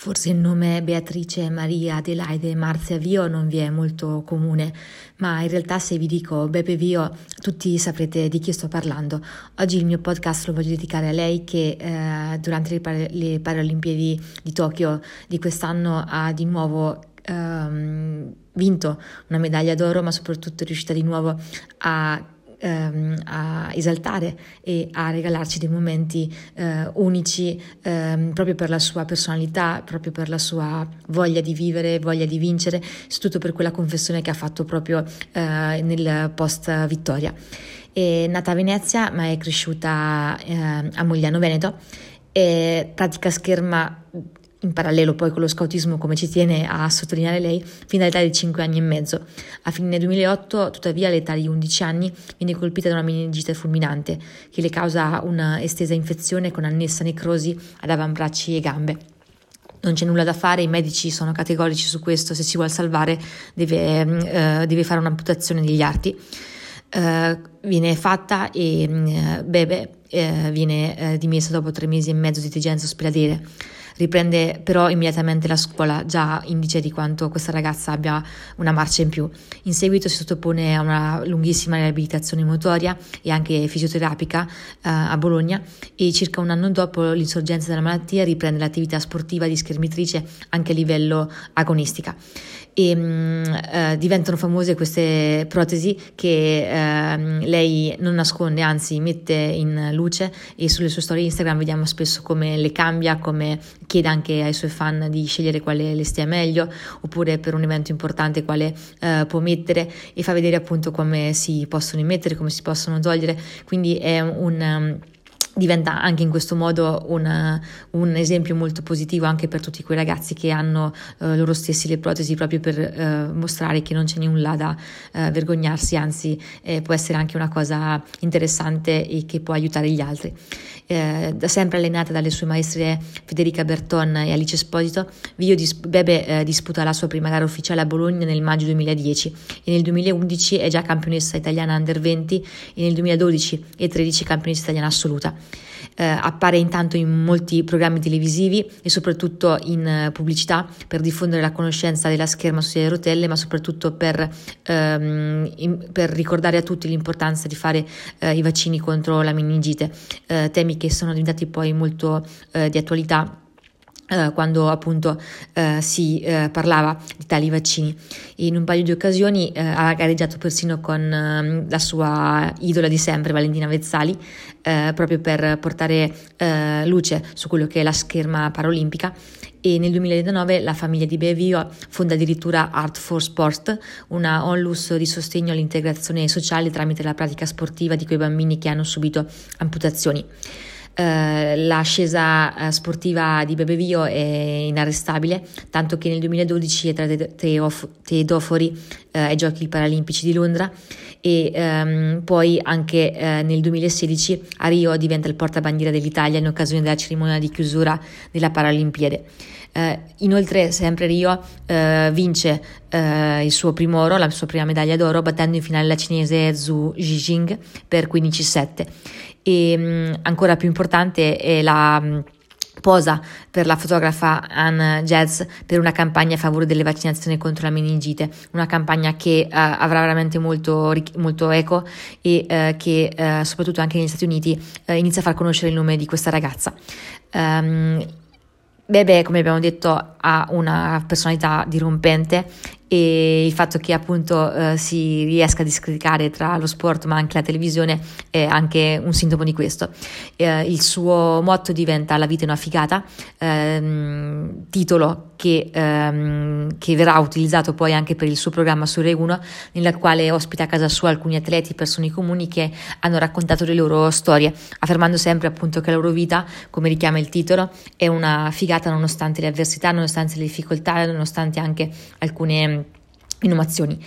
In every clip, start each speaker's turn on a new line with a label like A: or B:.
A: Forse il nome Beatrice, Maria, Adelaide, Marzia Vio non vi è molto comune, ma in realtà se vi dico Bebe Vio tutti saprete di chi sto parlando. Oggi il mio podcast lo voglio dedicare a lei che durante le Paralimpiadi di Tokyo di quest'anno ha di nuovo vinto una medaglia d'oro, ma soprattutto è riuscita di nuovo a esaltare e a regalarci dei momenti unici proprio per la sua personalità, proprio per la sua voglia di vivere, voglia di vincere, soprattutto per quella confessione che ha fatto proprio nel post vittoria. È nata a Venezia ma è cresciuta a Mogliano Veneto e pratica scherma in parallelo poi con lo scautismo, come ci tiene a sottolineare lei, fino all'età di 5 anni e mezzo. A fine 2008, tuttavia, all'età di 11 anni, viene colpita da una meningite fulminante che le causa una estesa infezione con annessa necrosi ad avambracci e gambe. Non c'è nulla da fare, i medici sono categorici su questo: se si vuole salvare deve fare un'amputazione degli arti. Viene fatta e Bebe viene dimessa dopo 3 mesi e mezzo di degenza ospedaliere. Riprende però immediatamente la scuola, già indice di quanto questa ragazza abbia una marcia in più. In seguito si sottopone a una lunghissima riabilitazione motoria e anche fisioterapica a Bologna e circa un anno dopo l'insorgenza della malattia riprende l'attività sportiva di schermitrice anche a livello agonistica. E diventano famose queste protesi che lei non nasconde, anzi mette in luce, e sulle sue storie Instagram vediamo spesso come le cambia, come chiede anche ai suoi fan di scegliere quale le stia meglio, oppure per un evento importante quale può mettere, e fa vedere appunto come si possono immettere, come si possono togliere. Quindi è diventa anche in questo modo un esempio molto positivo anche per tutti quei ragazzi che hanno loro stessi le protesi, proprio per mostrare che non c'è nulla da vergognarsi, anzi può essere anche una cosa interessante e che può aiutare gli altri. Da sempre allenata dalle sue maestre Federica Berton e Alice Esposito, Bebe disputa la sua prima gara ufficiale a Bologna nel maggio 2010 e nel 2011 è già campionessa italiana under 20 e nel 2012 e 13 campionessa italiana assoluta. Appare intanto in molti programmi televisivi e soprattutto in pubblicità per diffondere la conoscenza della scherma su sedia a rotelle, ma soprattutto per ricordare a tutti l'importanza di fare i vaccini contro la meningite, temi che sono diventati poi molto di attualità quando appunto si parlava di tali vaccini. In un paio di occasioni ha gareggiato persino con la sua idola di sempre, Valentina Vezzali, proprio per portare luce su quello che è la scherma paraolimpica. E nel 2019 la famiglia di Bebe Vio fonda addirittura Art for Sport, una onlus di sostegno all'integrazione sociale tramite la pratica sportiva di quei bambini che hanno subito amputazioni. L'ascesa sportiva di Bebe Vio è inarrestabile, tanto che nel 2012 è tra tedofori ai Giochi Paralimpici di Londra e poi anche nel 2016 a Rio diventa il portabandiera dell'Italia in occasione della cerimonia di chiusura della Paralimpiade. Inoltre sempre Rio vince il suo primo oro, la sua prima medaglia d'oro, battendo in finale la cinese Zhu Yijing per 15-7. E ancora più importante è la posa per la fotografa Anne Jazz per una campagna a favore delle vaccinazioni contro la meningite, una campagna che avrà veramente molto eco e che soprattutto anche negli Stati Uniti inizia a far conoscere il nome di questa ragazza. Bebe, come abbiamo detto, ha una personalità dirompente e il fatto che appunto si riesca a discreditare tra lo sport ma anche la televisione è anche un sintomo di questo. Il suo motto diventa "La vita è una figata", titolo che verrà utilizzato poi anche per il suo programma su Rai 1, nella quale ospita a casa sua alcuni atleti, persone comuni che hanno raccontato le loro storie, affermando sempre appunto che la loro vita, come richiama il titolo, è una figata nonostante le avversità, nonostante le difficoltà, nonostante anche alcune innovazioni.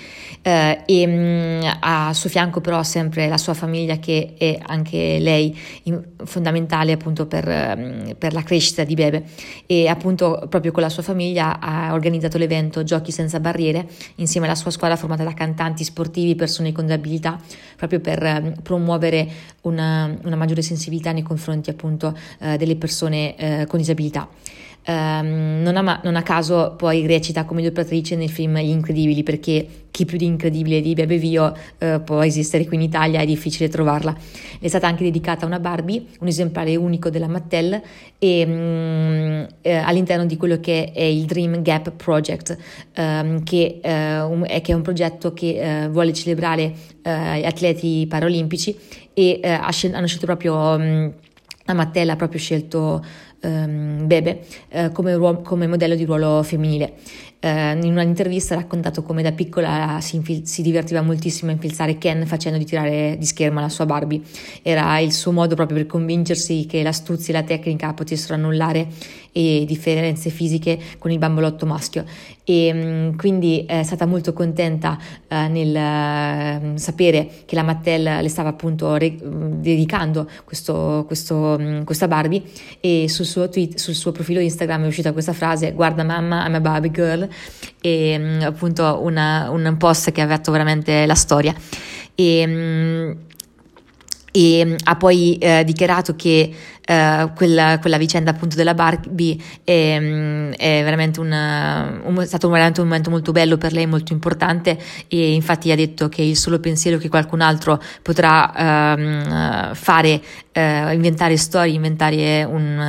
A: A suo fianco però sempre la sua famiglia, che è anche lei fondamentale appunto per la crescita di Bebe, e appunto proprio con la sua famiglia ha organizzato l'evento Giochi senza barriere insieme alla sua squadra formata da cantanti, sportivi, persone con disabilità, proprio per promuovere una maggiore sensibilità nei confronti appunto delle persone con disabilità. non a caso poi recita come doppiatrice nel film Gli Incredibili, perché chi più di incredibile di Bebe Vio può esistere qui in Italia, è difficile trovarla. Le è stata anche dedicata una Barbie, un esemplare unico della Mattel, e all'interno di quello che è il Dream Gap Project, che è un progetto che vuole celebrare gli atleti paraolimpici, e hanno scelto proprio la Mattel ha proprio scelto Bebe come modello di ruolo femminile. In un'intervista ha raccontato come da piccola si divertiva moltissimo a infilzare Ken facendo di tirare di scherma la sua Barbie. Era il suo modo proprio per convincersi che l'astuzia e la tecnica potessero annullare differenze fisiche con il bambolotto maschio, e quindi è stata molto contenta nel sapere che la Mattel le stava appunto dedicando questa Barbie, e sul suo profilo Instagram è uscita questa frase: guarda mamma, I'm a Barbie girl, e appunto un post che ha fatto veramente la storia. E ha poi dichiarato che quella vicenda appunto della Barbie è veramente è stato veramente un momento molto bello per lei, molto importante, e infatti ha detto che il solo pensiero che qualcun altro potrà fare, inventare storie, inventare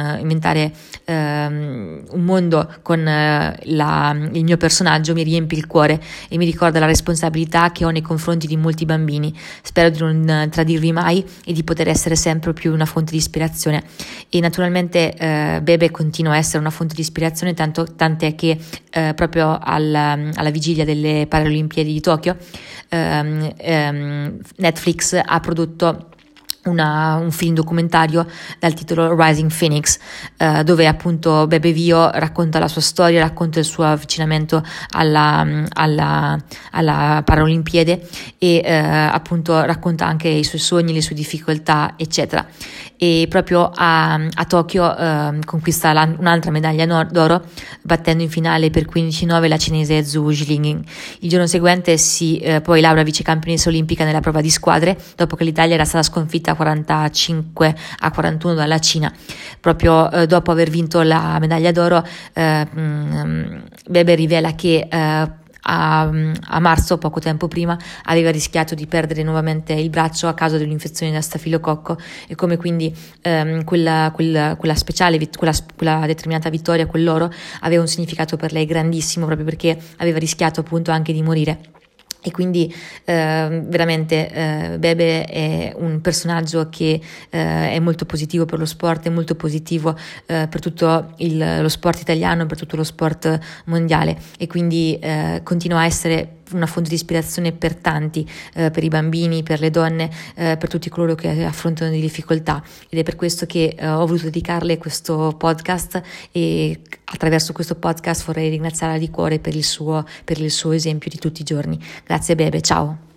A: un mondo con il mio personaggio, mi riempie il cuore e mi ricorda la responsabilità che ho nei confronti di molti bambini. Spero di non tradirvi mai e di poter essere sempre più una fonte di ispirazione. E naturalmente Bebe continua a essere una fonte di ispirazione, tant'è che proprio alla vigilia delle Paralimpiadi di Tokyo Netflix ha prodotto un film documentario dal titolo Rising Phoenix, dove appunto Bebe Vio racconta la sua storia, racconta il suo avvicinamento alla Paralimpiade, e appunto racconta anche i suoi sogni, le sue difficoltà, eccetera. E proprio a Tokyo conquista un'altra medaglia d'oro, battendo in finale per 15-9 la cinese Zhu Jilin. Il giorno seguente poi laurea vicecampionessa olimpica nella prova di squadre, dopo che l'Italia era stata sconfitta 45-41 dalla Cina. Proprio dopo aver vinto la medaglia d'oro, Bebe rivela che a marzo, poco tempo prima, aveva rischiato di perdere nuovamente il braccio a causa di un'infezione da stafilococco, e come quindi quella determinata vittoria, quell'oro, aveva un significato per lei grandissimo, proprio perché aveva rischiato appunto anche di morire. E quindi veramente Bebe è un personaggio che è molto positivo per lo sport, è molto positivo per tutto lo sport italiano, per tutto lo sport mondiale, e quindi continua a essere una fonte di ispirazione per tanti, per i bambini, per le donne, per tutti coloro che affrontano delle difficoltà, ed è per questo che ho voluto dedicarle questo podcast, e attraverso questo podcast vorrei ringraziarla di cuore per il suo esempio di tutti i giorni. Grazie Bebe, ciao!